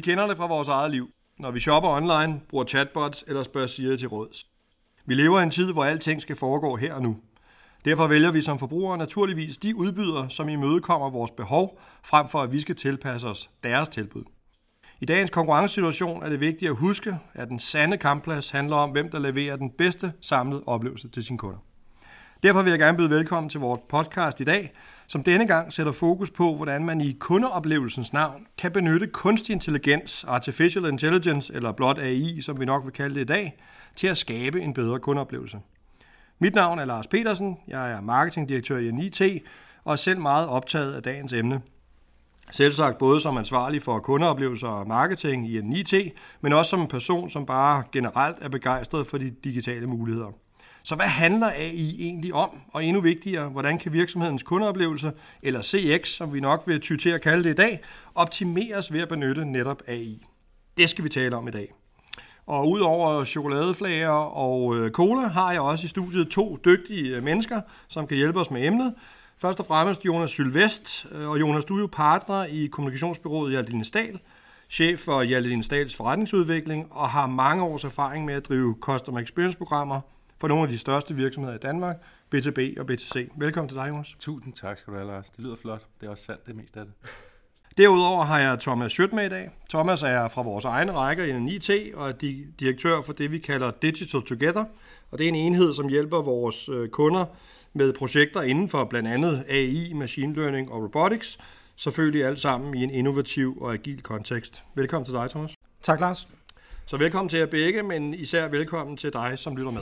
kender det fra vores eget liv, når vi shopper online, bruger chatbots eller spørger Siri til råds. Vi lever i en tid, hvor alting skal foregå her og nu. Derfor vælger vi som forbrugere naturligvis de udbydere, som imødekommer vores behov, frem for at vi skal tilpasse os deres tilbud. I dagens konkurrencesituation er det vigtigt at huske, at den sande kampplads handler om, hvem der leverer den bedste samlede oplevelse til sine kunder. Derfor vil jeg gerne byde velkommen til vores podcast i dag, som denne gang sætter fokus på, hvordan man i kundeoplevelsens navn kan benytte kunstig intelligens, artificial intelligence eller blot AI, som vi nok vil kalde det i dag, til at skabe en bedre kundeoplevelse. Mit navn er Lars Petersen, jeg er marketingdirektør i NIT og er selv meget optaget af dagens emne. Selvsagt både som ansvarlig for kundeoplevelser og marketing i NIT, men også som en person, som bare generelt er begejstret for de digitale muligheder. Så hvad handler AI egentlig om? Og endnu vigtigere, hvordan kan virksomhedens kundeoplevelse, eller CX, som vi nok vil ty til at kalde det i dag, optimeres ved at benytte netop AI? Det skal vi tale om i dag. Og udover chokoladeflager og cola, har jeg også i studiet 2 dygtige mennesker, som kan hjælpe os med emnet. Først og fremmest Jonas Sylvest. Og Jonas, du er jo partner i kommunikationsbureauet Hjalte Stahl, chef for Hjalte Stahls forretningsudvikling og har mange års erfaring med at drive Customer Experience-programmer for nogle af de største virksomheder i Danmark, B2B og B2C. Velkommen til dig, Jonas. Tusind tak skal du have, Lars. Det lyder flot. Det er også sandt, det meste af det. Derudover har jeg Thomas Schødt med i dag. Thomas er fra vores egne rækker i NIT og er direktør for det, vi kalder Digital Together. Og det er en enhed, som hjælper vores kunder med projekter inden for blandt andet AI, machine learning og robotics. Selvfølgelig alt sammen i en innovativ og agil kontekst. Velkommen til dig, Thomas. Tak, Lars. Så velkommen til jer begge, men især velkommen til dig, som lytter med.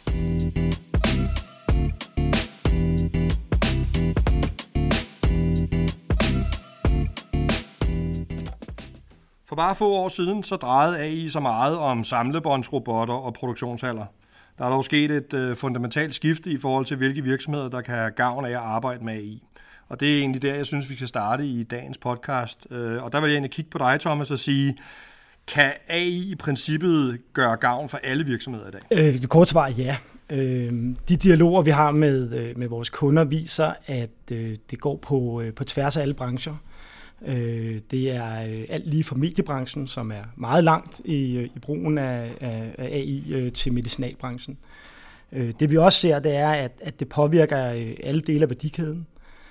For bare få år siden, så drejede AI så meget om samlebåndsrobotter og produktionshaller. Der er dog sket et fundamentalt skifte i forhold til, hvilke virksomheder, der kan have gavn af at arbejde med AI. Og det er egentlig der, jeg synes, vi skal starte i dagens podcast. Og der vil jeg egentlig kigge på dig, Thomas, og sige, kan AI i princippet gøre gavn for alle virksomheder i dag? Det korte svar er ja. De dialoger, vi har med vores kunder, viser, at det går på tværs af alle brancher. Det er alt lige fra mediebranchen, som er meget langt i brugen af AI, til medicinalbranchen. Det vi også ser, det er, at det påvirker alle dele af værdikæden.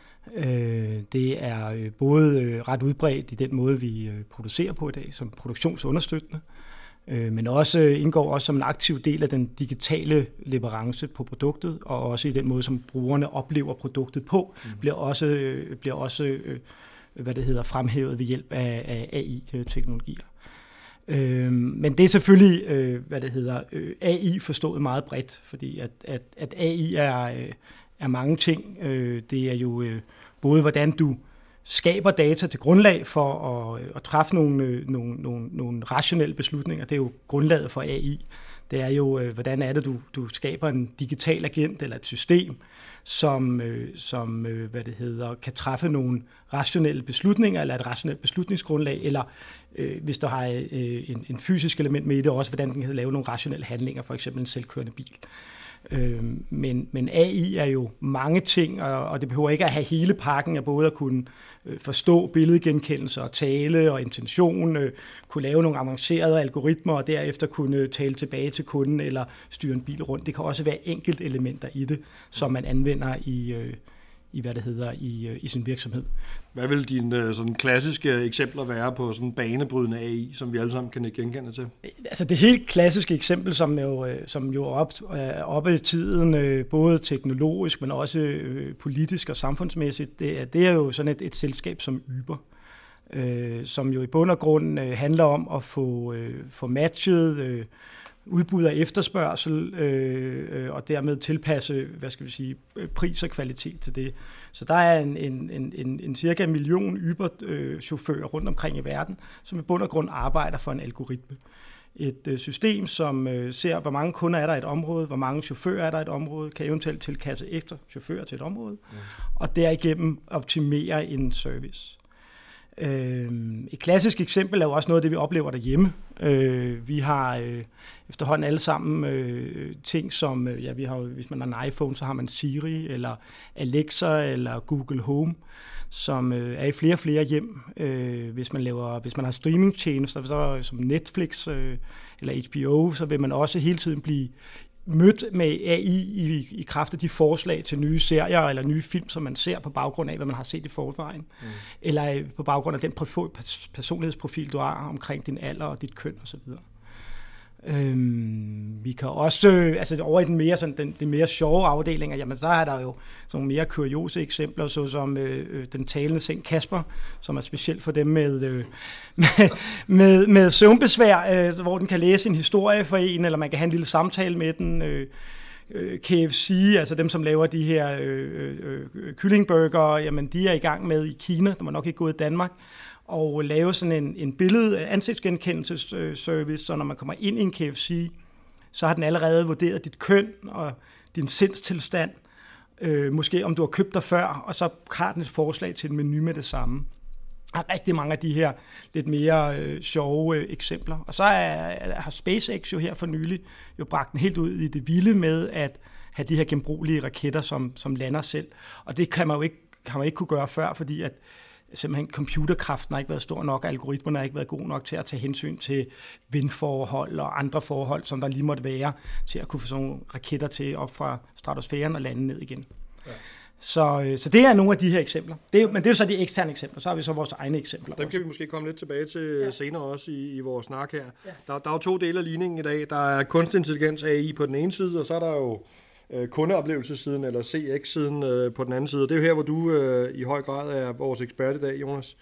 Det er både ret udbredt i den måde, vi producerer på i dag, som produktionsunderstøttende, men også indgår også som en aktiv del af den digitale leverance på produktet, og også i den måde, som brugerne oplever produktet på, bliver også fremhævet ved hjælp af AI-teknologier. Men det er selvfølgelig, AI forstået meget bredt, fordi at AI er mange ting. Det er jo både, hvordan du skaber data til grundlag for at træffe nogle rationelle beslutninger. Det er jo grundlaget for AI. Det er jo, hvordan er det, du skaber en digital agent eller et system, som kan træffe nogle rationelle beslutninger, eller et rationelt beslutningsgrundlag, eller hvis der har en fysisk element med i det, også hvordan den kan lave nogle rationelle handlinger, for eksempel en selvkørende bil. Men AI er jo mange ting, og det behøver ikke at have hele pakken af både at kunne forstå billedgenkendelse og tale og intention, kunne lave nogle avancerede algoritmer og derefter kunne tale tilbage til kunden eller styre en bil rundt. Det kan også være enkelte elementer i det, som man anvender i sin virksomhed. Hvad vil dine sådan klassiske eksempler være på sådan banebrydende AI, som vi alle sammen kan genkende til? Altså det helt klassiske eksempel, som jo er oppe i tiden, både teknologisk, men også politisk og samfundsmæssigt, det er jo sådan et selskab som Uber, som jo i bund og grund handler om at få matchet udbud og efterspørgsel, og dermed tilpasse, pris og kvalitet til det. Så der er en cirka 1 million Uber-chauffører rundt omkring i verden, som i bund og grund arbejder for en algoritme. Et system, som ser, hvor mange kunder er der i et område, hvor mange chauffører er der i et område, kan eventuelt tilkasse efter chauffører til et område, og derigennem optimere en service. Et klassisk eksempel er jo også noget af det, vi oplever derhjemme. Vi har efterhånden alle sammen ting som, vi har, hvis man har en iPhone, så har man Siri, eller Alexa, eller Google Home, som er i flere og flere hjem. Hvis man har streamingtjenester, så, som Netflix eller HBO, så vil man også hele tiden blive mødt med AI i kraft af de forslag til nye serier eller nye film, som man ser på baggrund af, hvad man har set i forvejen. Eller på baggrund af den personlighedsprofil, du har omkring din alder og dit køn osv. Vi kan også, over i den mere, sådan, den mere sjove afdelinger, jamen så er der jo sådan mere kuriose eksempler, såsom den talende seng Kasper, som er specielt for dem med søvnbesvær, hvor den kan læse en historie for en, eller man kan have en lille samtale med den. KFC, altså dem, som laver de her kyllingburger, jamen de er i gang med i Kina, der var nok ikke gået i Danmark, og lave sådan en ansigtsgenkendelsesservice, så når man kommer ind i en KFC, så har den allerede vurderet dit køn og din sindstilstand, måske om du har købt dig før, og så har den et forslag til en menu med det samme. Der er rigtig mange af de her lidt mere sjove eksempler. Og så har SpaceX jo her for nylig jo bragt den helt ud i det vilde med at have de her genbrugelige raketter, som lander selv. Og det kan man ikke kunne gøre før, fordi at simpelthen computerkraften har ikke været stor nok, og algoritmerne har ikke været gode nok til at tage hensyn til vindforhold og andre forhold, som der lige måtte være, til at kunne få sådan nogle raketter til op fra stratosfæren og lande ned igen. Ja. Så det er nogle af de her eksempler. Men det er jo så de eksterne eksempler. Så har vi så vores egne eksempler. Dem kan vi måske komme lidt tilbage til senere også i vores snak her. Ja. Der er jo to dele af ligningen i dag. Der er kunstig intelligens AI på den ene side, og så er der jo kundeoplevelsessiden eller CX-siden på den anden side. Det er jo her, hvor du i høj grad er vores ekspert i dag, Jonas.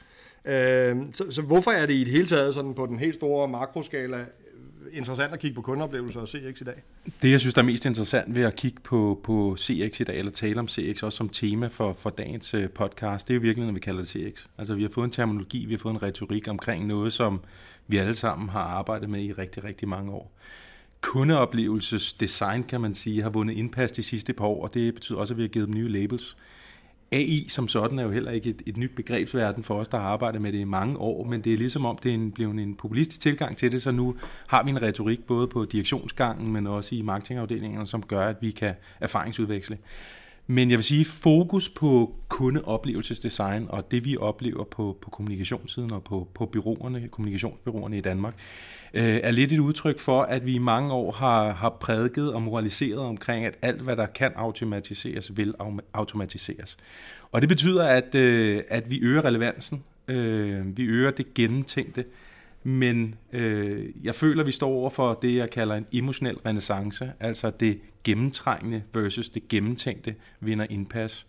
Så hvorfor er det i det hele taget sådan på den helt store makroskala interessant at kigge på kundeoplevelser og CX i dag? Det, jeg synes, der er mest interessant ved at kigge på CX i dag, eller tale om CX også som tema for dagens podcast, det er jo virkelig, når vi kalder det CX. Altså, vi har fået en terminologi, vi har fået en retorik omkring noget, som vi alle sammen har arbejdet med i rigtig, rigtig mange år. Kundeoplevelsesdesign, kan man sige, har vundet indpas de sidste par år, og det betyder også, at vi har givet dem nye labels. AI som sådan er jo heller ikke et nyt begrebsverden for os, der har arbejdet med det i mange år, men det er ligesom om, det er blevet en populistisk tilgang til det, så nu har vi en retorik både på direktionsgangen, men også i marketingafdelingerne, som gør, at vi kan erfaringsudveksle. Men jeg vil sige, fokus på kundeoplevelsesdesign og det, vi oplever på kommunikationssiden og på kommunikationsbureauerne i Danmark, er lidt et udtryk for, at vi i mange år har prædiket og moraliseret omkring, at alt, hvad der kan automatiseres, vil automatiseres. Og det betyder, at vi øger relevansen, vi øger det gennemtænkte, men jeg føler, at vi står over for det, jeg kalder en emotionel renæssance, altså det gennemtrængende versus det gennemtænkte vinder indpas.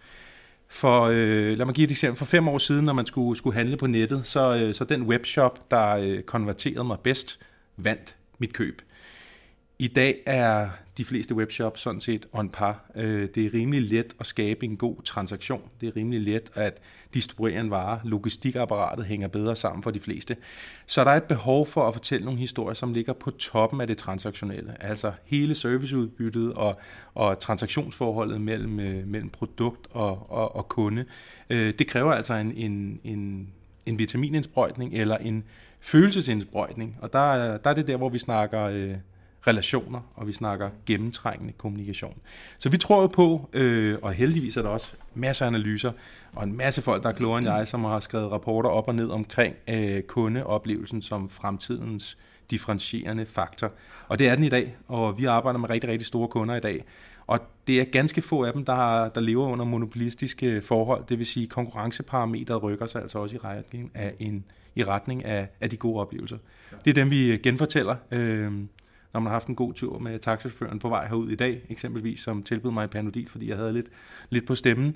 Lad mig give et eksempel. For 5 år siden, når man skulle handle på nettet, så den webshop, der konverterede mig bedst, vandt mit køb. I dag er de fleste webshops sådan set on par. Det er rimelig let at skabe en god transaktion. Det er rimelig let at distribuere en vare. Logistikapparatet hænger bedre sammen for de fleste. Så der er et behov for at fortælle nogle historier, som ligger på toppen af det transaktionelle. Altså hele serviceudbyttet og transaktionsforholdet mellem produkt og kunde. Det kræver altså en vitaminindsprøjtning eller en følelsesindsprøjtning. Og der er det der, hvor vi snakker relationer, og vi snakker gennemtrængende kommunikation. Så vi tror jo på, og heldigvis er der også masser af analyser, og en masse folk, der er klogere end jeg, som har skrevet rapporter op og ned omkring kundeoplevelsen som fremtidens differentierende faktor. Og det er den i dag, og vi arbejder med rigtig, rigtig store kunder i dag. Og det er ganske få af dem, der lever under monopolistiske forhold, det vil sige konkurrenceparametret rykker sig altså også i retning af de gode oplevelser. Det er dem, vi genfortæller, når man har haft en god tur med taxachaufføren på vej herud i dag, eksempelvis, som tilbød mig en Panodil, fordi jeg havde lidt på stemmen.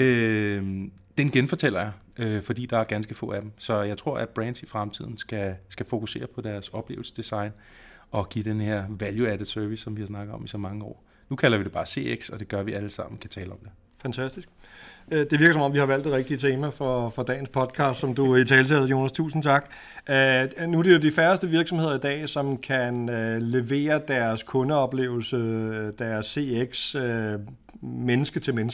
Den genfortæller jeg, fordi der er ganske få af dem. Så jeg tror, at brands i fremtiden skal fokusere på deres oplevelsesdesign og give den her value-added service, som vi har snakket om i så mange år. Nu kalder vi det bare CX, og det gør vi alle sammen kan tale om det. Fantastisk. Det virker som om, vi har valgt det rigtige tema for dagens podcast, som du i talesættet, Jonas. Tusind tak. Nu er det jo de færreste virksomheder i dag, som kan levere deres kundeoplevelse, deres CX, menneske til menneske.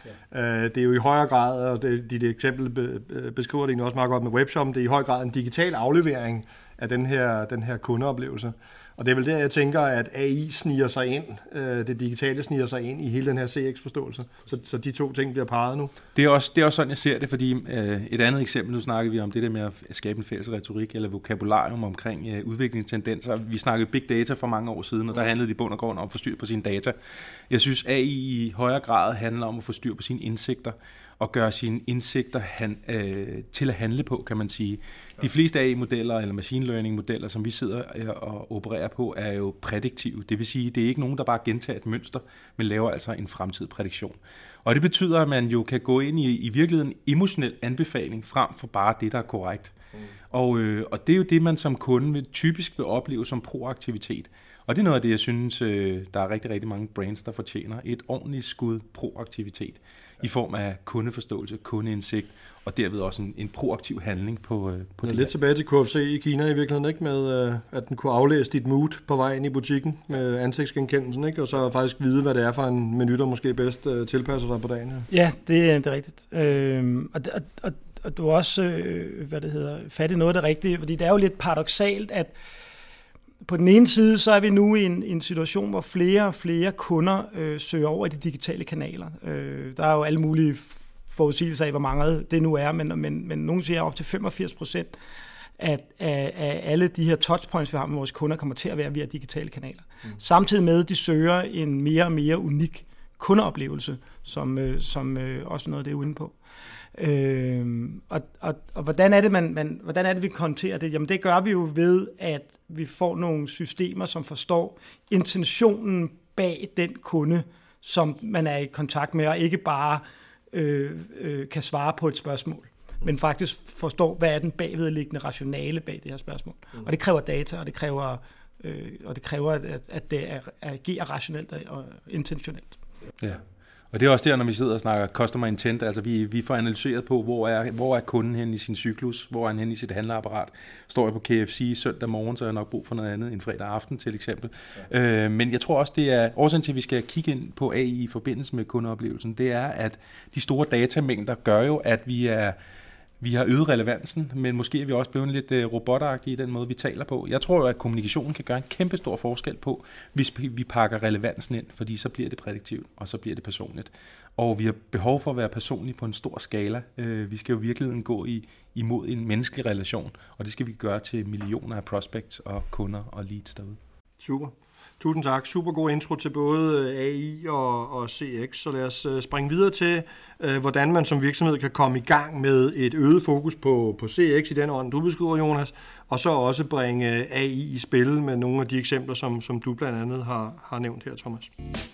Ja. Det er jo i højere grad, og dit eksempel beskriver det egentlig også meget godt med webshoppen, det er i høj grad en digital aflevering af den her kundeoplevelse. Og det er vel der, jeg tænker, at AI sniger sig ind, det digitale sniger sig ind i hele den her CX-forståelse. Så de to ting bliver parret nu. Det er også sådan, jeg ser det, fordi et andet eksempel, nu snakker vi om det der med at skabe en fælles retorik eller vokabularium omkring udviklingstendenser. Vi snakkede big data for mange år siden, og der handlede det i bund og grund om at få styr på sine data. Jeg synes, AI i højere grad handler om at få styr på sine indsigter, og gøre sine indsigter til at handle på, kan man sige. De fleste AI-modeller eller machine learning-modeller, som vi sidder og opererer på, er jo prædiktive. Det vil sige, det er ikke nogen, der bare gentager et mønster, men laver altså en fremtidig prædiktion. Og det betyder, at man jo kan gå ind i virkeligheden emotionel anbefaling frem for bare det, der er korrekt. Og det er jo det, man som kunde typisk vil opleve som proaktivitet. Og det er noget af det, jeg synes, der er rigtig, rigtig mange brands, der fortjener. Et ordentligt skud proaktivitet i form af kundeforståelse, kundeindsigt, og derved også en proaktiv handling på det. Lidt tilbage til KFC i Kina i virkeligheden, ikke? Med at den kunne aflæse dit mood på vej ind i butikken med ansigtsgenkendelsen, ikke? Og så faktisk vide, hvad det er for en menu, der måske bedst tilpasser sig på dagen her. Ja, det er rigtigt. Og du er også, fat i noget af det rigtige, fordi det er jo lidt paradoksalt, at på den ene side, så er vi nu i en situation, hvor flere og flere kunder søger over i de digitale kanaler. Der er jo alle mulige forudsigelser af, hvor mange det nu er, men nogen siger, at op til 85% af alle de her touchpoints, vi har med vores kunder, kommer til at være via digitale kanaler. Samtidig med, at de søger en mere og mere unik kundeoplevelse, som også noget, det er uden på. Og hvordan er det, vi håndterer det? Jamen det gør vi jo ved, at vi får nogle systemer, som forstår intentionen bag den kunde, som man er i kontakt med, og ikke bare kan svare på et spørgsmål, men faktisk forstår, hvad er den bagvedliggende rationale bag det her spørgsmål. Og det kræver data, og det kræver at det agerer rationelt og intentionelt. Ja. Og det er også der, når vi sidder og snakker customer intent, altså vi får analyseret på, hvor er kunden hen i sin cyklus, hvor er han hen i sit handleapparat. Står jeg på KFC søndag morgen, så er jeg nok brug for noget andet end fredag aften til eksempel. Ja. Men jeg tror også, det er årsagen til, at vi skal kigge ind på AI i forbindelse med kundeoplevelsen, det er, at de store datamængder gør jo, at vi har øget relevansen, men måske er vi også blevet lidt robotagtige i den måde, vi taler på. Jeg tror jo, at kommunikationen kan gøre en kæmpe stor forskel på, hvis vi pakker relevansen ind, fordi så bliver det prædiktivt, og så bliver det personligt. Og vi har behov for at være personlige på en stor skala. Vi skal jo virkelig gå imod en menneskelig relation, og det skal vi gøre til millioner af prospects og kunder og leads derude. Super. Tusind tak. Super god intro til både AI og CX. Så lad os springe videre til, hvordan man som virksomhed kan komme i gang med et øget fokus på CX i den ånd, du beskriver, Jonas, og så også bringe AI i spil med nogle af de eksempler, som du blandt andet har nævnt her, Thomas.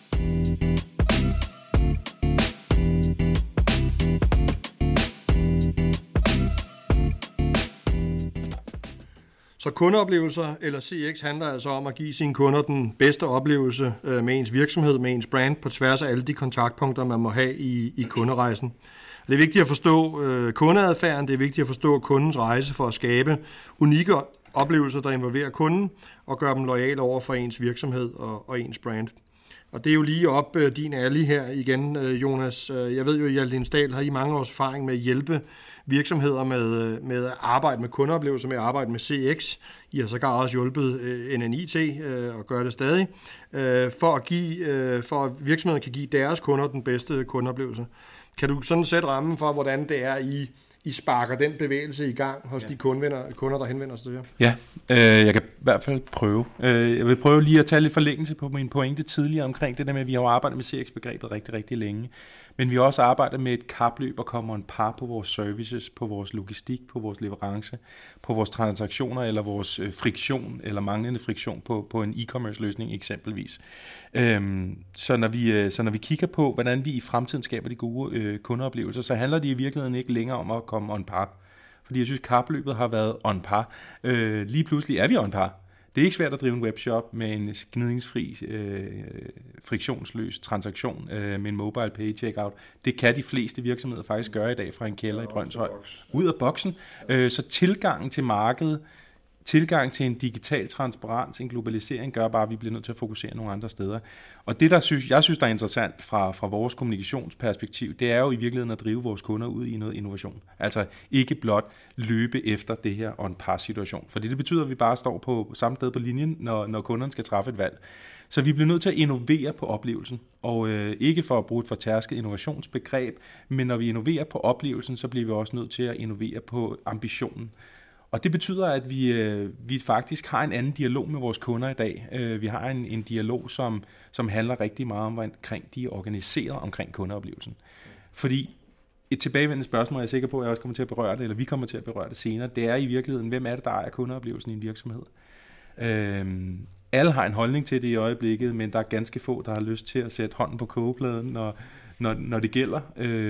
Så kundeoplevelser eller CX handler altså om at give sine kunder den bedste oplevelse med ens virksomhed, med ens brand, på tværs af alle de kontaktpunkter, man må have i kunderejsen. Det er vigtigt at forstå kundeadfærden, det er vigtigt at forstå kundens rejse for at skabe unikke oplevelser, der involverer kunden og gøre dem loyale over for ens virksomhed og ens brand. Og det er jo lige op din alley her igen, Jonas. Jeg ved jo, at Hjalte Dahl har i mange års erfaring med at hjælpe virksomheder med at arbejde med kundeoplevelser, med at arbejde med CX. I har sågar også hjulpet NNIT og gør det stadig, for at virksomheder kan give deres kunder den bedste kundeoplevelse. Kan du sådan sætte rammen for, hvordan det er, I sparker den bevægelse i gang hos de kunder, der henvender sig til jer? Ja, jeg kan i hvert fald prøve. Jeg vil prøve lige at tage lidt forlængelse på min pointe tidligere omkring det der med, at vi har arbejdet med CX-begrebet rigtig, rigtig længe. Men vi har også arbejdet med et kapløb og kommer en par på vores services, på vores logistik, på vores leverance, på vores transaktioner eller vores friktion eller manglende friktion på en e-commerce løsning eksempelvis. Så når vi kigger på, hvordan vi i fremtiden skaber de gode kundeoplevelser, så handler det i virkeligheden ikke længere om at komme on par. Fordi jeg synes, kapløbet har været on par. Lige pludselig er vi on par. Det er ikke svært at drive en webshop med en gnidningsfri, friktionsløs transaktion med en mobile pay checkout. Det kan de fleste virksomheder faktisk gøre i dag fra en kælder i Brønshøj. Ud af boksen. Så tilgangen til markedet, tilgang til en digital transparens, en globalisering, gør bare, at vi bliver nødt til at fokusere nogle andre steder. Og det, jeg synes, der er interessant fra vores kommunikationsperspektiv, det er jo i virkeligheden at drive vores kunder ud i noget innovation. Altså ikke blot løbe efter det her on-par-situation. Fordi det betyder, at vi bare står på samme sted på linjen, når kunderne skal træffe et valg. Så vi bliver nødt til at innovere på oplevelsen, og ikke for at bruge et fortærsket innovationsbegreb, men når vi innoverer på oplevelsen, så bliver vi også nødt til at innovere på ambitionen. Og det betyder, at vi faktisk har en anden dialog med vores kunder i dag. Vi har en dialog, som handler rigtig meget om, omkring de er organiseret omkring kundeoplevelsen. Fordi et tilbagevendende spørgsmål, jeg er sikker på, at jeg også kommer til at berøre det, eller vi kommer til at berøre det senere, det er i virkeligheden, hvem er det, der ejer kundeoplevelsen i en virksomhed? Alle har en holdning til det i øjeblikket, men der er ganske få, der har lyst til at sætte hånden på kogepladen, når det gælder.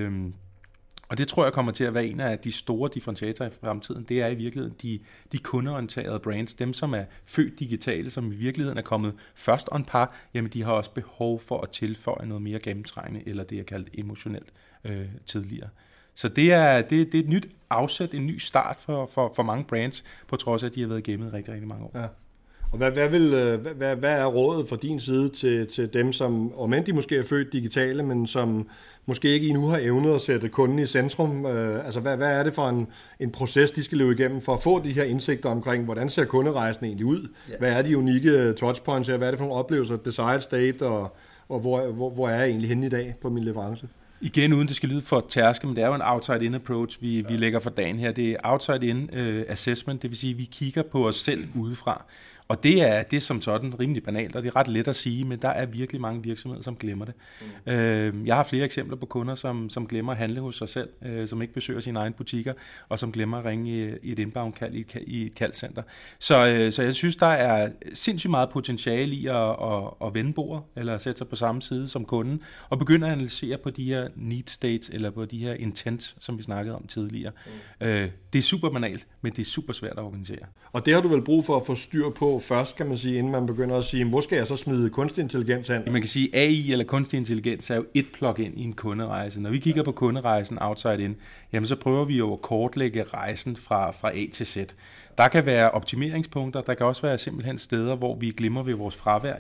Og det tror jeg kommer til at være en af de store differentiatorer i fremtiden. Det er i virkeligheden de kundeorienterede brands, dem som er født digitale, som i virkeligheden er kommet først on par, jamen de har også behov for at tilføje noget mere gennemtrængende, eller det er kaldt emotionelt tidligere. Så det er et nyt afsæt, en ny start for mange brands, på trods af, at de har været igennem rigtig, rigtig mange år. Ja. Og hvad er rådet fra din side til dem, som, om end de måske er født digitale, men som måske ikke endnu har evnet at sætte kunden i centrum? Altså, hvad er det for en proces, de skal løbe igennem for at få de her indsigter omkring, hvordan ser kunderejsen egentlig ud? Ja. Hvad er de unikke touchpoints her? Hvad er det for nogle oplevelser, desired state, og hvor er jeg egentlig henne i dag på min leverance? Igen, uden det skal lyde for tærske, men det er jo en outside-in approach, vi lægger for dagen her. Det er outside-in assessment, det vil sige, at vi kigger på os selv udefra. Og det er som sådan rimelig banalt, og det er ret let at sige, men der er virkelig mange virksomheder, som glemmer det. Jeg har flere eksempler på kunder, som glemmer at handle hos sig selv, som ikke besøger sine egne butikker, og som glemmer at ringe i et inbound-kald i et kaldcenter. Så jeg synes, der er sindssygt meget potentiale i at vende bordet, eller sætte sig på samme side som kunden, og begynde at analysere på de her need states, eller på de her intents, som vi snakkede om tidligere. Det er super banalt, men det er super svært at organisere. Og det har du vel brug for at få styr på først, kan man sige, inden man begynder at sige, hvor skal jeg så smide kunstig intelligens hen? Man kan sige, AI eller kunstig intelligens er jo et plug-in i en kunderejse. Når vi kigger på kunderejsen outside in, jamen så prøver vi jo at kortlægge rejsen fra A til Z. Der kan være optimeringspunkter, der kan også være simpelthen steder, hvor vi glemmer ved vores fravær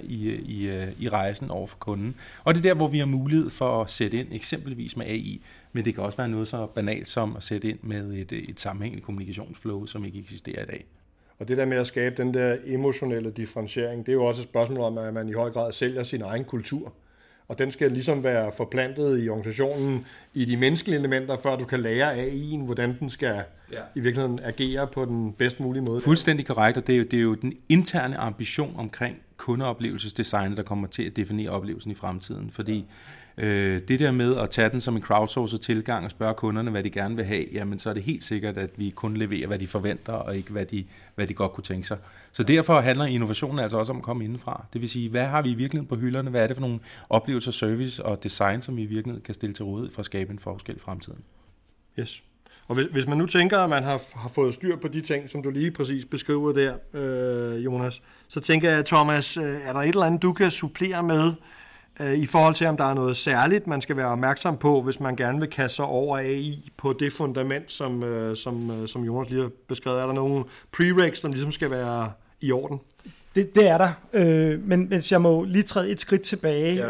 i rejsen over for kunden. Og det er der, hvor vi har mulighed for at sætte ind, eksempelvis med AI, men det kan også være noget så banalt som at sætte ind med et sammenhængende kommunikationsflow, som ikke eksisterer i dag. Og det der med at skabe den der emotionelle differentiering, det er jo også et spørgsmål om, at man i høj grad sælger sin egen kultur. Og den skal ligesom være forplantet i organisationen i de menneskelige elementer, før du kan lære AI'en, hvordan den skal i virkeligheden agere på den bedst mulige måde. Fuldstændig korrekt, og det er jo den interne ambition omkring kundeoplevelsesdesignet, der kommer til at definere oplevelsen i fremtiden. Fordi det der med at tage den som en crowdsourcet tilgang og spørge kunderne, hvad de gerne vil have, jamen så er det helt sikkert, at vi kun leverer, hvad de forventer, og ikke hvad de godt kunne tænke sig. Så derfor handler innovationen altså også om at komme indenfra. Det vil sige, hvad har vi i virkeligheden på hylderne? Hvad er det for nogle oplevelser, service og design, som vi i virkeligheden kan stille til rådighed for at skabe en forskel i fremtiden? Yes. Og hvis man nu tænker, at man har fået styr på de ting, som du lige præcis beskriver der, Jonas, så tænker jeg, Thomas, er der et eller andet, du kan supplere med, i forhold til, om der er noget særligt, man skal være opmærksom på, hvis man gerne vil kaste sig over AI på det fundament, som Jonas lige har beskrevet? Er der nogle prereqs, som ligesom skal være i orden? Det er der, men hvis jeg må lige træde et skridt tilbage,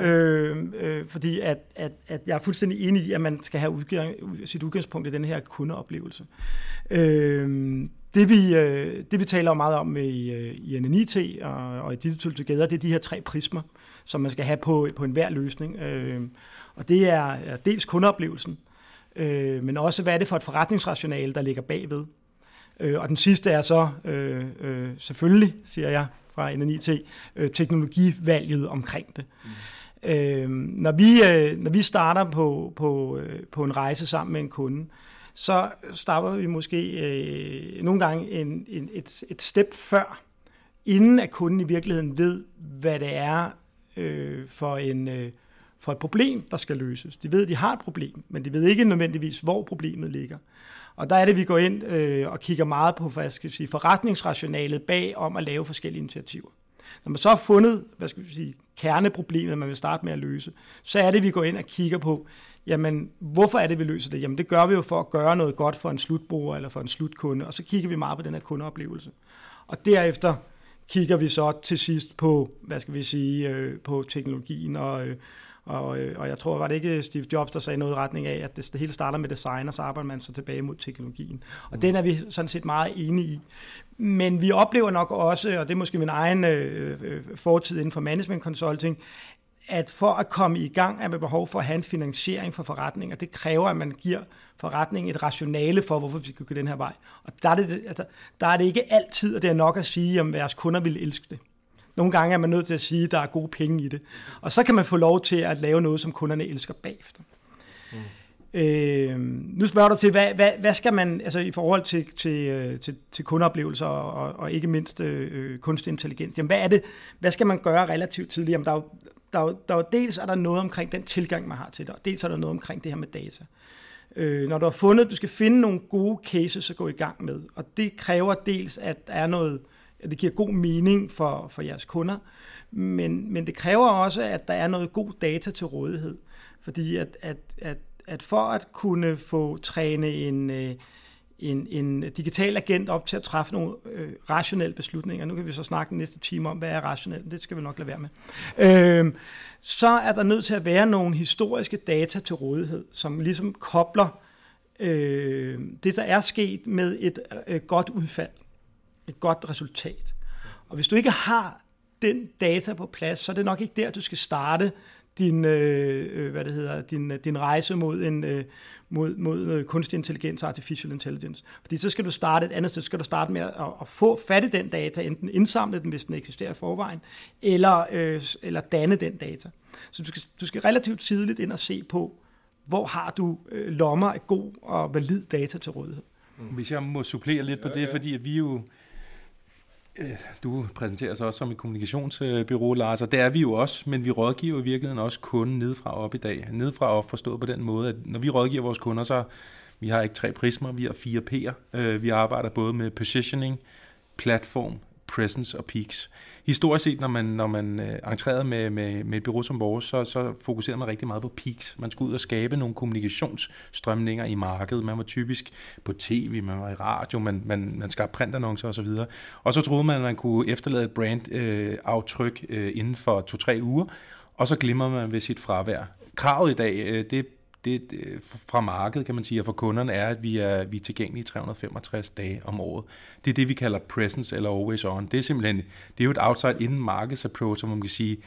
fordi at jeg er fuldstændig enig i, at man skal have sit udgangspunkt i den her kundeoplevelse. Det vi taler meget om i NNIT og i Digital Together, det er de her 3 prismer, som man skal have på enhver løsning. Og det er dels kundeoplevelsen, men også hvad er det for et forretningsrationale, der ligger bagved. Og den sidste er så selvfølgelig, siger jeg fra NNIT, teknologivalget omkring det. Når vi starter på en rejse sammen med en kunde, så starter vi måske nogle gange et step før, inden at kunden i virkeligheden ved, hvad det er for et problem, der skal løses. De ved, at de har et problem, men de ved ikke nødvendigvis, hvor problemet ligger. Og der er det, vi går ind og kigger meget på forretningsrationalet bag om at lave forskellige initiativer. Når man så har fundet kerneproblemet, man vil starte med at løse, så er det, vi går ind og kigger på, jamen, hvorfor er det, vi løser det? Jamen, det gør vi jo for at gøre noget godt for en slutbruger eller for en slutkunde, og så kigger vi meget på den her kundeoplevelse. Og derefter kigger vi så til sidst på, på teknologien, og jeg tror, var det ikke Steve Jobs, der sagde noget i retning af, at det hele starter med design, og så arbejder man så tilbage mod teknologien. Og den er vi sådan set meget enige i. Men vi oplever nok også, og det er måske min egen fortid inden for management consulting, at for at komme i gang er man behov for at have en finansiering for forretninger. Det kræver, at man giver forretningen et rationale for, hvorfor vi skal gå den her vej. Og der er det ikke altid, og det er nok at sige, om deres kunder vil elske det. Nogle gange er man nødt til at sige, at der er gode penge i det. Og så kan man få lov til at lave noget, som kunderne elsker bagefter. Nu spørger du til, hvad skal man, altså i forhold til kundeoplevelser og ikke mindst kunstig intelligens, jamen hvad skal man gøre relativt tidligt? Jamen dels er der noget omkring den tilgang, man har til det, og dels er der noget omkring det her med data. Når du har fundet, du skal finde nogle gode cases at gå i gang med, og det kræver dels, at der er noget, at det giver god mening for jeres kunder, men det kræver også, at der er noget god data til rådighed, fordi at for at kunne få træne en digital agent op til at træffe nogle rationelle beslutninger. Nu kan vi så snakke den næste time om, hvad er rationelt. Det skal vi nok lade være med. Så er der nødt til at være nogle historiske data til rådighed, som ligesom kobler det, der er sket med et godt udfald. Et godt resultat. Og hvis du ikke har den data på plads, så er det nok ikke der, du skal starte din rejse mod kunstig intelligens, artificial intelligence. Fordi så skal du starte et andet sted. Så skal du starte med at få fat i den data, enten indsamle den, hvis den eksisterer i forvejen, eller danne den data. Så du skal relativt tidligt ind og se på, hvor har du lommer af god og valid data til rådighed. Hvis jeg må supplere lidt på det, fordi vi jo... Du præsenterer sig også som et kommunikationsbureau, Lars, og det er vi jo også, men vi rådgiver i virkeligheden også kunden nedefra op i dag. Nedefra op forstået på den måde, at når vi rådgiver vores kunder, så vi har ikke 3 prismer, vi har 4 P'er. Vi arbejder både med positioning, platform, presence og peaks. Historisk set, når man entrerede med et bureau som vores, så fokuserede man rigtig meget på peaks. Man skulle ud og skabe nogle kommunikationsstrømninger i markedet. Man var typisk på tv, man var i radio, man skabte printannoncer osv. Og så troede man, at man kunne efterlade et brandaftryk inden for 2-3 uger, og så glimmer man ved sit fravær. Kravet i dag, det fra markedet, kan man sige, og for kunderne er, at vi er tilgængelige 365 dage om året. Det er det, vi kalder presence eller always on. Det er simpelthen, det er jo et outside-in markets approach, som man kan sige,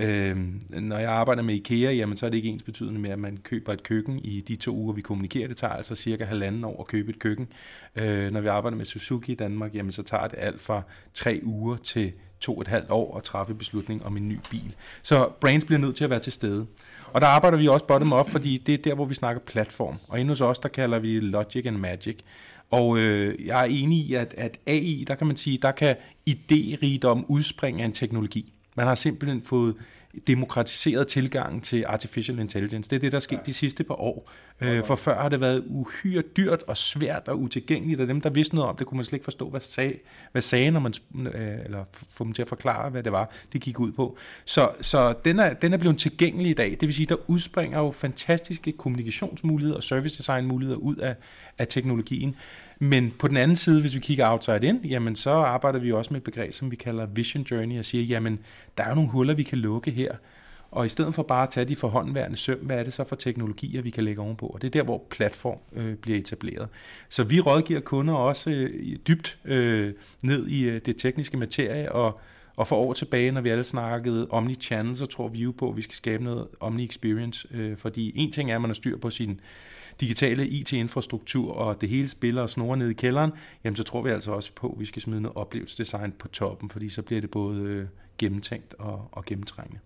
når jeg arbejder med IKEA, jamen så er det ikke ens betydende med, at man køber et køkken i de 2 uger, vi kommunikerer. Det tager altså cirka 1,5 år at købe et køkken. Når vi arbejder med Suzuki i Danmark, jamen så tager det alt fra 3 uger til 2,5 år at træffe beslutning om en ny bil. Så brands bliver nødt til at være til stede. Og der arbejder vi også bottom-up, fordi det er der, hvor vi snakker platform. Og inde hos os, der kalder vi logic and magic. Og jeg er enig i, at AI, der kan man sige, der kan idérigdom udspringe af en teknologi. Man har simpelthen fået demokratiseret tilgangen til artificial intelligence. Det er det, der er sket de sidste par år. For før har det været uhyre dyrt og svært og utilgængeligt, og dem, der vidste noget om det, kunne man slet ikke forstå, hvad sagde, når man eller få dem til at forklare, hvad det var, det gik ud på. Så den er blevet tilgængelig i dag. Det vil sige, der udspringer jo fantastiske kommunikationsmuligheder og service design muligheder ud af teknologien. Men på den anden side, hvis vi kigger outside in, jamen så arbejder vi også med et begreb, som vi kalder vision journey, og siger, jamen der er jo nogle huller, vi kan lukke her. Og i stedet for bare at tage de forhåndværende søm, hvad er det så for teknologier, vi kan lægge ovenpå? Og det er der, hvor platform bliver etableret. Så vi rådgiver kunder også dybt ned i det tekniske materie, og for år tilbage, når vi alle snakkede omni-channel, så tror vi jo på, at vi skal skabe noget omni-experience. Fordi en ting er, at man har styr på sin digitale IT-infrastruktur, og det hele spiller og snurrer ned i kælderen, jamen så tror vi altså også på, at vi skal smide noget oplevelsesdesign på toppen, fordi så bliver det både gennemtænkt og gennemtrængende.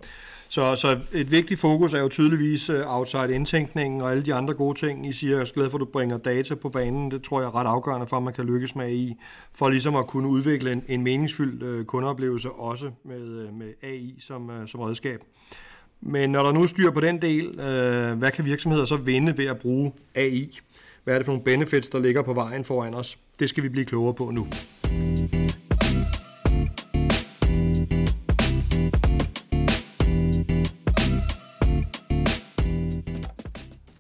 Så et vigtigt fokus er jo tydeligvis outside-indtænkningen og alle de andre gode ting. I siger, jeg er glad for, at du bringer data på banen. Det tror jeg er ret afgørende for, at man kan lykkes med AI, for ligesom at kunne udvikle en meningsfyldt kundeoplevelse, også med AI som redskab. Men når der nu er styr på den del, hvad kan virksomheder så vinde ved at bruge AI? Hvad er det for nogle benefits, der ligger på vejen foran os? Det skal vi blive klogere på nu.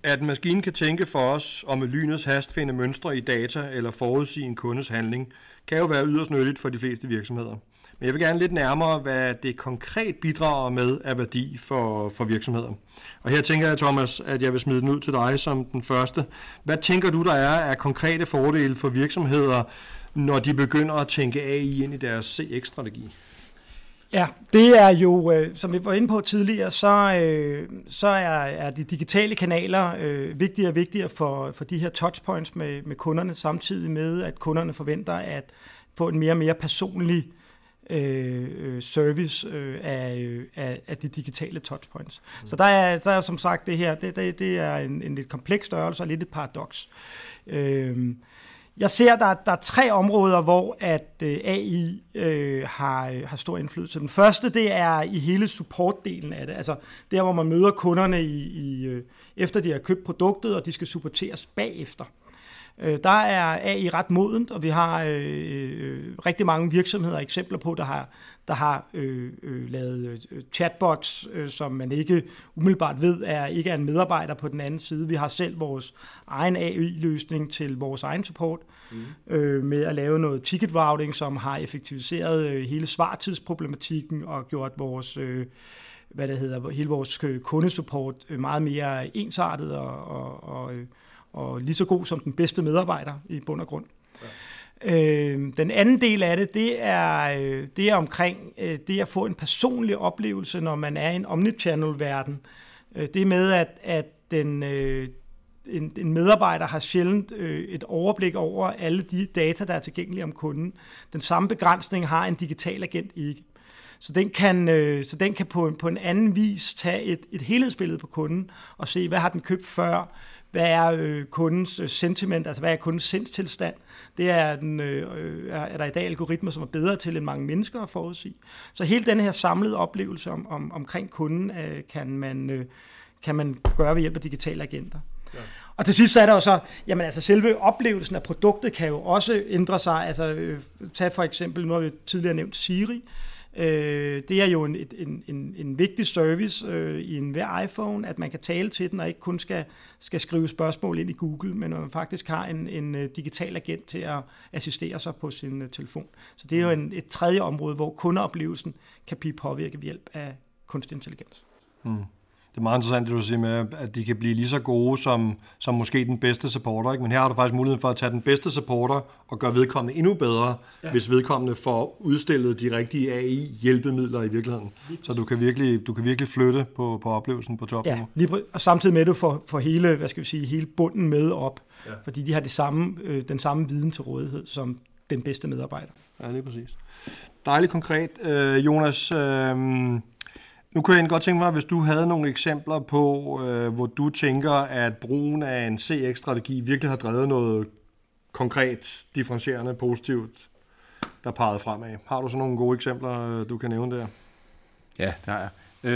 At maskinen kan tænke for os og med lynets hast finde mønstre i data eller forudsige en kundes handling, kan jo være yderst nyttigt for de fleste virksomheder. Men jeg vil gerne lidt nærmere, hvad det konkret bidrager med af værdi for virksomheder. Og her tænker jeg, Thomas, at jeg vil smide den ud til dig som den første. Hvad tænker du, der er af konkrete fordele for virksomheder, når de begynder at tænke AI ind i deres CX-strategi? Ja, det er jo, som vi var inde på tidligere, så er de digitale kanaler vigtigere og vigtigere for de her touchpoints med kunderne, samtidig med, at kunderne forventer at få en mere og mere personlig service af de digitale touchpoints. Så der er som sagt det her, det er en lidt kompleks størrelse og lidt et paradoks. Jeg ser, der er 3 områder, hvor at AI har stor indflydelse. Den første, det er i hele supportdelen af det. Altså der, hvor man møder kunderne efter de har købt produktet, og de skal supporteres bagefter. Der er AI ret modent, og vi har rigtig mange virksomheder eksempler på, der har lavet chatbots, som man ikke umiddelbart ved ikke er en medarbejder på den anden side. Vi har selv vores egen AI-løsning til vores egen support med at lave noget ticket routing, som har effektiviseret hele svartidsproblematikken og gjort vores hele vores kundesupport meget mere ensartet og lige så god som den bedste medarbejder i bund og grund. Ja. Den anden del af det er omkring det at få en personlig oplevelse, når man er i en omnichannel-verden. Det med, at en medarbejder har sjældent et overblik over alle de data, der er tilgængelige om kunden. Den samme begrænsning har en digital agent ikke. Så den kan på en anden vis tage et helhedsbillede på kunden og se, hvad har den købt før, hvad er kundens sentiment, altså hvad er kundens sindstilstand. Det er der i dag algoritmer, som er bedre til end mange mennesker at forudsige. Så hele den her samlede oplevelse omkring kunden kan man gøre ved hjælp af digitale agenter. Ja. Og til sidst så er der jo så, selve oplevelsen af produktet kan jo også ændre sig. Altså tag for eksempel, nu har vi tidligere nævnt Siri. Det er jo en vigtig service i enhver iPhone, at man kan tale til den og ikke kun skal skrive spørgsmål ind i Google, men man faktisk har en digital agent til at assistere sig på sin telefon. Så det er jo et tredje område, hvor kundeoplevelsen kan blive påvirket ved hjælp af kunstig intelligens. Det er meget interessant, det du siger med, at de kan blive lige så gode som måske den bedste supporter. Ikke? Men her har du faktisk muligheden for at tage den bedste supporter og gøre vedkommende endnu bedre, hvis vedkommende får udstillet de rigtige AI-hjælpemidler i virkeligheden. Så du kan virkelig flytte på oplevelsen på topniveau. Ja, og samtidig med, at du får hele bunden med op, fordi de har den samme viden til rådighed som den bedste medarbejder. Ja, det er præcis. Dejligt konkret. Jonas, nu kunne jeg godt tænke mig, hvis du havde nogle eksempler på, hvor du tænker, at brugen af en CX-strategi virkelig har drevet noget konkret, differentierende, positivt, der pegede fremad. Har du så nogle gode eksempler, du kan nævne der? Ja, det har jeg.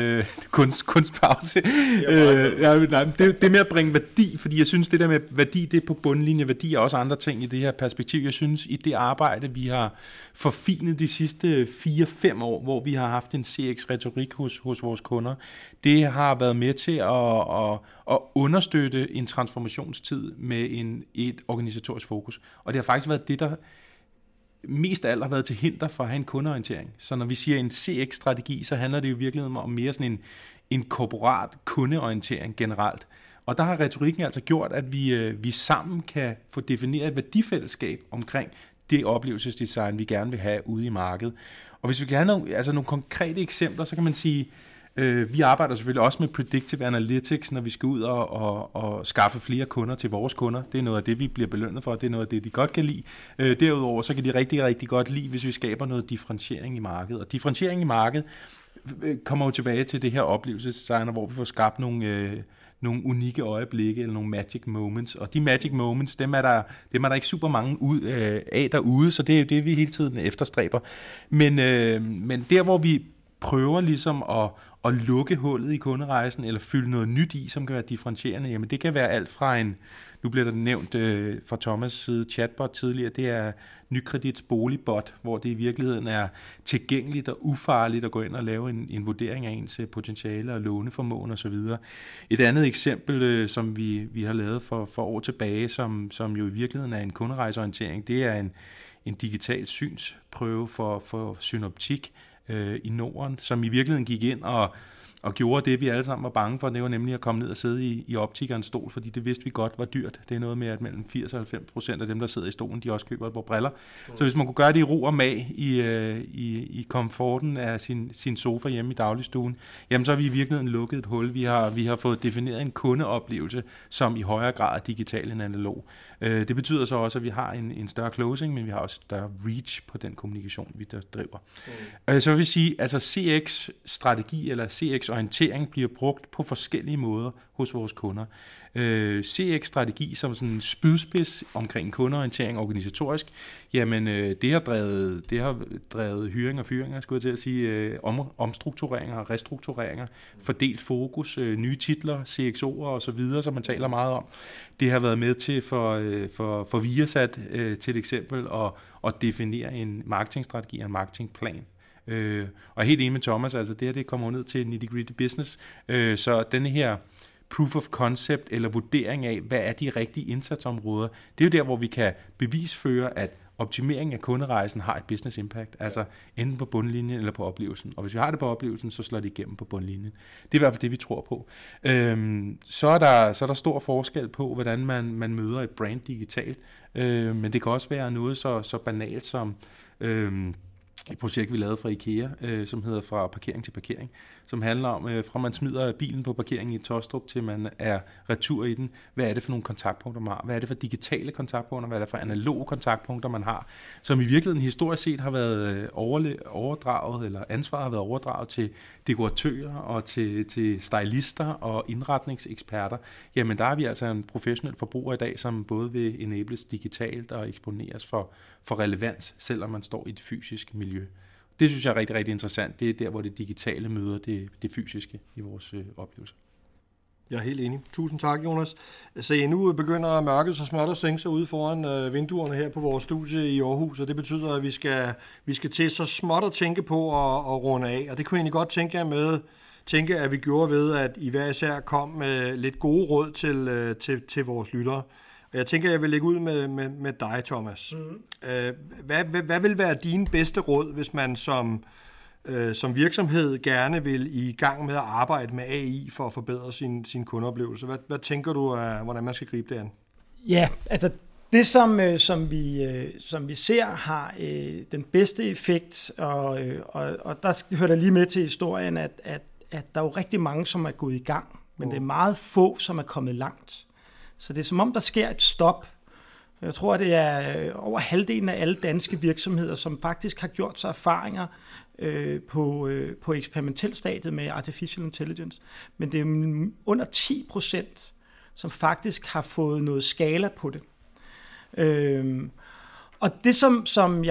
Kunstpause. Det med at bringe værdi, fordi jeg synes, det der med værdi, det er på bundlinje. Værdi er også andre ting i det her perspektiv. Jeg synes, i det arbejde, vi har forfinet de sidste 4-5 år, hvor vi har haft en CX-retorik hos vores kunder, det har været med til at understøtte en transformationstid med et organisatorisk fokus. Og det har faktisk været det, der mest af alt har været til hinder for at have en kundeorientering. Så når vi siger en CX-strategi, så handler det jo virkelig om mere sådan en korporat kundeorientering generelt. Og der har retorikken altså gjort, at vi sammen kan få defineret et værdifællesskab omkring det oplevelsesdesign, vi gerne vil have ude i markedet. Og hvis vi kan have nogle konkrete eksempler, så kan man sige, vi arbejder selvfølgelig også med predictive analytics, når vi skal ud og skaffe flere kunder til vores kunder. Det er noget af det, vi bliver belønnet for. Det er noget af det, de godt kan lide. Derudover så kan de rigtig, rigtig godt lide, hvis vi skaber noget differentiering i markedet. Og differentiering i markedet kommer jo tilbage til det her oplevelsesdesign, hvor vi får skabt nogle unikke øjeblikke eller nogle magic moments. Og de magic moments, dem er der ikke super mange af derude, så det er det, vi hele tiden efterstræber. Men der, hvor vi prøver ligesom at lukke hullet i kunderejsen, eller fylde noget nyt i, som kan være differentierende. Jamen det kan være alt fra en, nu bliver der nævnt fra Thomas' side, chatbot tidligere, det er Nykredits boligbot, hvor det i virkeligheden er tilgængeligt og ufarligt at gå ind og lave en vurdering af ens potentiale og låneformåen osv. Et andet eksempel, som vi har lavet for år tilbage, som jo i virkeligheden er en kunderejseorientering, det er en digital synsprøve for synoptik i Norden, som i virkeligheden gik ind og gjorde det, vi alle sammen var bange for. Det var nemlig at komme ned og sidde i optikerens stol, fordi det vidste vi godt var dyrt. Det er noget med, at mellem 80% og 90% af dem, der sidder i stolen, de også køber et par briller. Så hvis man kunne gøre det i ro og mag i komforten af sin sofa hjemme i dagligstuen, jamen så har vi i virkeligheden lukket et hul. Vi har fået defineret en kundeoplevelse, som i højere grad er digital end analog. Det betyder så også, at vi har en større closing, men vi har også større reach på den kommunikation, vi der driver. Så vil vi sige, altså CX-strategi eller CX-orientering bliver brugt på forskellige måder hos vores kunder. CX-strategi som sådan en spydspids omkring kundeorientering organisatorisk, jamen det har drevet hyringer og fyringer, skulle jeg til at sige, omstruktureringer og restruktureringer, fordelt fokus, nye titler, CXO'er og så videre, som man taler meget om. Det har været med til for Viasat til et eksempel at definere en marketingstrategi og en marketingplan. Og helt enig med Thomas, altså det kommer ned til nitty-gritty business, så denne her proof of concept eller vurdering af, hvad er de rigtige indsatsområder, det er jo der, hvor vi kan bevisføre, at optimering af kunderejsen har et business impact, altså enten på bundlinjen eller på oplevelsen. Og hvis vi har det på oplevelsen, så slår det igennem på bundlinjen. Det er i hvert fald det, vi tror på. Så er der stor forskel på, hvordan man møder et brand digitalt, men det kan også være noget så banalt som et projekt, vi lavede fra IKEA, som hedder Fra parkering til parkering, som handler om, fra man smider bilen på parkeringen i Tostrup, til man er retur i den. Hvad er det for nogle kontaktpunkter, man har? Hvad er det for digitale kontaktpunkter? Hvad er det for analoge kontaktpunkter, man har? Som i virkeligheden historisk set har været overdraget, eller ansvaret har været overdraget til dekoratører og til stylister og indretningseksperter. Jamen der er vi altså en professionel forbruger i dag, som både vil enables digitalt og eksponeres for relevans, selvom man står i et fysisk miljø. Det synes jeg er rigtig, rigtig interessant. Det er der, hvor det digitale møder det fysiske i vores oplevelser. Jeg er helt enig. Tusind tak, Jonas. Så nu begynder mørket så småt at sænke sig ude foran vinduerne her på vores studie i Aarhus, og det betyder, at vi skal til så småt at tænke på at runde af. Og det kunne jeg egentlig godt tænke, at vi gjorde ved, at I hver især kom med lidt gode råd til vores lyttere. Og jeg tænker, at jeg vil lægge ud med dig, Thomas. Hvad vil være dine bedste råd, hvis man som virksomhed gerne vil i gang med at arbejde med AI for at forbedre sin kundeoplevelse? Hvad tænker du, hvordan man skal gribe det an? Ja, altså det, som vi ser, har den bedste effekt, og der hører der lige med til historien, at der er jo rigtig mange, som er gået i gang, men det er meget få, som er kommet langt. Så det er som om, der sker et stop. Jeg tror, det er over halvdelen af alle danske virksomheder, som faktisk har gjort sig erfaringer på eksperimentel stadiet med artificial intelligence. Men det er under 10%, som faktisk har fået noget skala på det. Og det, som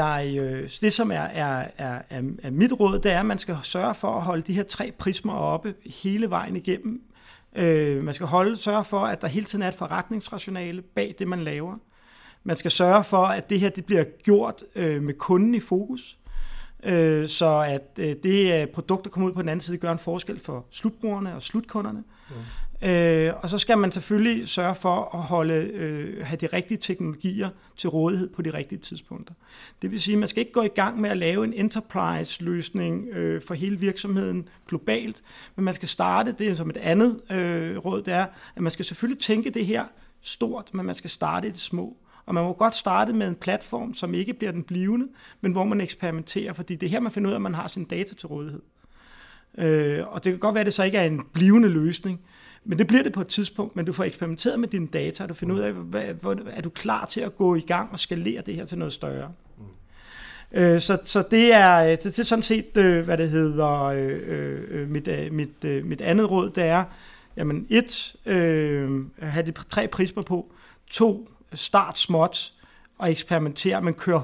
er mit råd, det er, at man skal sørge for at holde de her 3 prismer oppe hele vejen igennem. Man skal sørge for, at der hele tiden er et forretningsrationale bag det, man laver. Man skal sørge for, at det her det bliver gjort med kunden i fokus, så at det produkt, der kommer ud på den anden side, gør en forskel for slutbrugerne og slutkunderne. Og så skal man selvfølgelig sørge for at have de rigtige teknologier til rådighed på de rigtige tidspunkter. Det vil sige, at man skal ikke gå i gang med at lave en enterprise-løsning for hele virksomheden globalt, men man skal starte, det som et andet råd, det er, at man skal selvfølgelig tænke det her stort, men man skal starte i det små. Og man må godt starte med en platform, som ikke bliver den blivende, men hvor man eksperimenterer, fordi det er her, man finder ud af, at man har sin data til rådighed. Og det kan godt være, at det så ikke er en blivende løsning, men det bliver det på et tidspunkt, men du får eksperimenteret med dine data, og du finder ud af, er du klar til at gå i gang og skalere det her til noget større. Så det er sådan set, hvad det hedder, mit andet råd, det er, jamen 1, have de 3 prismer på, 2, start småt og eksperimentere, men kør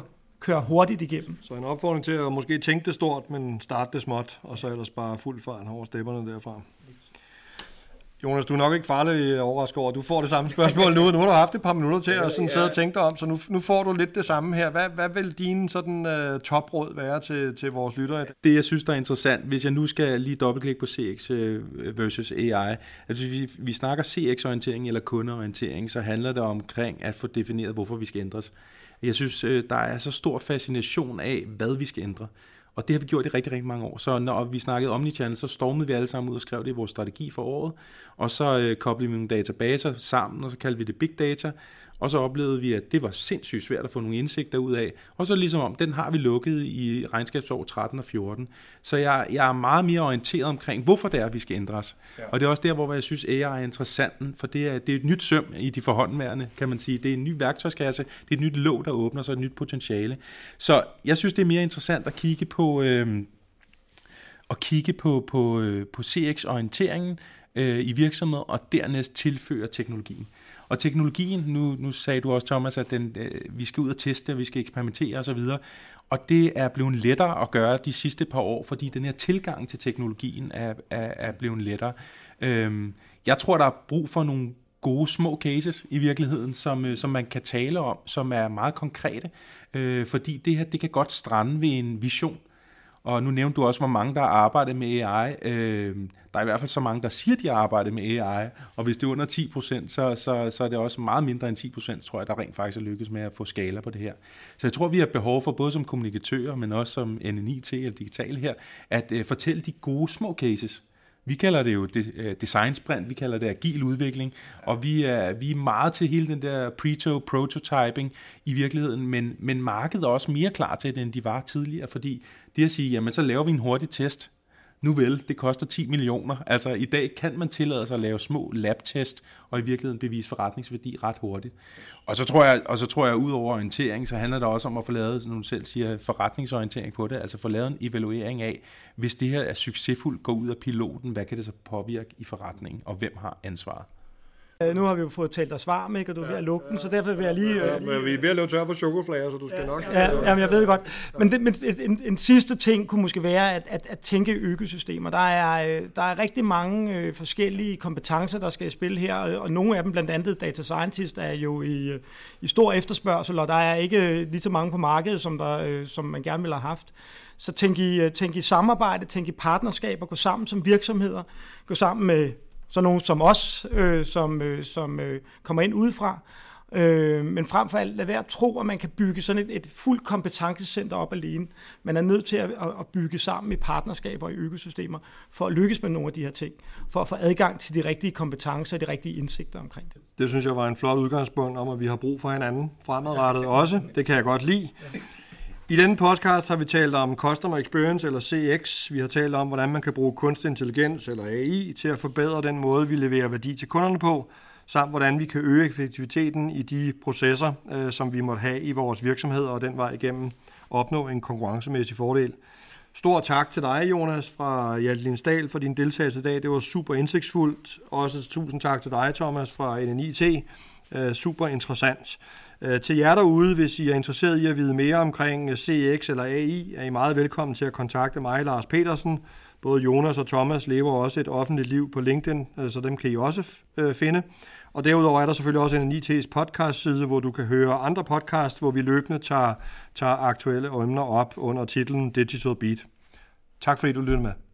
køre hurtigt igennem. Så en opfordring til at måske tænke det stort, men starte det småt, og så ellers bare fuld fart over stepperne derfra. Jonas, du er nok ikke farlig overrasket over, du får det samme spørgsmål nu. Nu har du haft et par minutter til at sådan sidde og tænke dig om, så nu får du lidt det samme her. Hvad vil din sådan topråd være til vores lyttere? Det, jeg synes, der er interessant, hvis jeg nu skal lige dobbeltklikke på CX versus AI, altså vi snakker CX-orientering eller kundeorientering, så handler det omkring at få defineret, hvorfor vi skal ændres. Jeg synes, der er så stor fascination af, hvad vi skal ændre. Og det har vi gjort i rigtig, rigtig mange år. Så når vi snakkede omnichannel, så stormede vi alle sammen ud og skrev det i vores strategi for året. Og så koblede vi nogle databaser sammen, og så kaldte vi det big data. Og så oplevede vi, at det var sindssygt svært at få nogle indsigter ud af. Og så ligesom om, den har vi lukket i regnskabsår 13 og 14. Så jeg er meget mere orienteret omkring, hvorfor det er, vi skal ændres. Ja. Og det er også der, hvor jeg synes, AI er interessant, for det er et nyt søm i de forhåndværende, kan man sige. Det er en ny værktøjskasse, det er et nyt låg, der åbner sig, et nyt potentiale. Så jeg synes, det er mere interessant at kigge på CX-orienteringen i virksomheder, og dernæst tilføre teknologien. Og teknologien, nu sagde du også, Thomas, at vi skal ud og teste, og vi skal eksperimentere osv., og det er blevet lettere at gøre de sidste par år, fordi den her tilgang til teknologien er blevet lettere. Jeg tror, der er brug for nogle gode små cases i virkeligheden, som man kan tale om, som er meget konkrete, fordi det her, det kan godt strande ved en vision. Og nu nævnte du også, hvor mange der har arbejdet med AI. Der er i hvert fald så mange, der siger, de har arbejdet med AI. Og hvis det er under 10%, så er det også meget mindre end 10%, tror jeg, der rent faktisk er lykkes med at få skala på det her. Så jeg tror, vi har behov for, både som kommunikatører, men også som NNIT eller digital her, at fortælle de gode små cases. Vi kalder det jo design sprint, vi kalder det agil udvikling, og vi er meget til hele den der prototyping i virkeligheden, men markedet er også mere klar til det, end de var tidligere, fordi det at sige, jamen så laver vi en hurtig test. Nu vel, det koster 10 millioner. Altså i dag kan man tillade sig at lave små labtest, og i virkeligheden bevise forretningsværdi ret hurtigt. Og så tror jeg, ud over orientering, så handler det også om at få lavet, som du selv siger, forretningsorientering på det, altså få lavet en evaluering af, hvis det her er succesfuldt, går ud af piloten, hvad kan det så påvirke i forretningen, og hvem har ansvaret? Nu har vi jo fået talt dig svar med, og du er ved at lukke den, så derfor vil jeg lige... Men vi er ved at løbe tør for chokoflager, så du skal nok... Ja, jeg ved det godt. Men en sidste ting kunne måske være at tænke økosystemer. Der er rigtig mange forskellige kompetencer, der skal i spil her, og nogle af dem, blandt andet data scientist, er jo i stor efterspørgsel, og der er ikke lige så mange på markedet, som man gerne ville have haft. Så tænk i samarbejde, tænk i partnerskaber, gå sammen som virksomheder, gå sammen med så nogen som os, som kommer ind udefra. Men frem for alt, lad være at tro, at man kan bygge sådan et fuldt kompetencecenter op alene. Man er nødt til at bygge sammen i partnerskaber og i økosystemer, for at lykkes med nogle af de her ting, for at få adgang til de rigtige kompetencer og de rigtige indsigter omkring det. Det synes jeg var en flot udgangspunkt om, at vi har brug for hinanden fremadrettet også. Det kan jeg godt lide. I denne podcast har vi talt om Customer Experience eller CX. Vi har talt om, hvordan man kan bruge kunstig intelligens eller AI til at forbedre den måde, vi leverer værdi til kunderne på, samt hvordan vi kan øge effektiviteten i de processer, som vi måtte have i vores virksomheder, og den vej igennem opnå en konkurrencemæssig fordel. Stor tak til dig, Jonas, fra Hjalte Lindsdal for din deltagelse i dag. Det var super indsigtsfuldt. Også tusind tak til dig, Thomas, fra NNIT. Super interessant. Til jer derude, hvis I er interesseret i at vide mere omkring CX eller AI, er I meget velkommen til at kontakte mig, Lars Petersen. Både Jonas og Thomas lever også et offentligt liv på LinkedIn, så dem kan I også finde. Og derudover er der selvfølgelig også en NIT's podcast-side, hvor du kan høre andre podcasts, hvor vi løbende tager aktuelle emner op under titlen Digital Beat. Tak fordi du lyttede med.